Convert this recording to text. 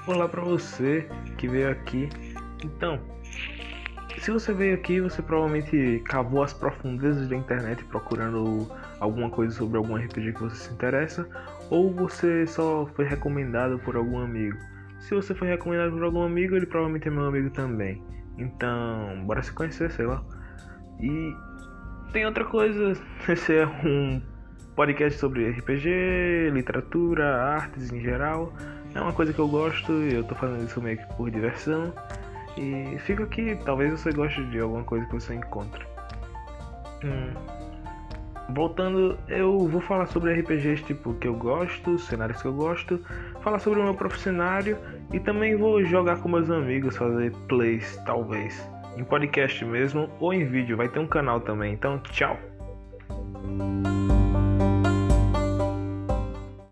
Olá para você que veio aqui. Então, se você veio aqui, você provavelmente cavou as profundezas da internet procurando alguma coisa sobre algum RPG que você se interessa, ou você só foi recomendado por algum amigo. Se você foi recomendado por algum amigo, ele provavelmente é meu amigo também. Então, bora se conhecer, sei lá. E tem outra coisa, esse é um podcast sobre RPG, literatura, artes em geral. É uma coisa que eu gosto e eu tô fazendo isso meio que por diversão. E fica aqui, talvez você goste de alguma coisa que você encontre. Hum, Voltando, eu vou falar sobre RPGs tipo que eu gosto, cenários que eu gosto, falar sobre o meu profissionário e também vou jogar com meus amigos, fazer plays, talvez, em podcast mesmo ou em vídeo, vai ter um canal também, então tchau!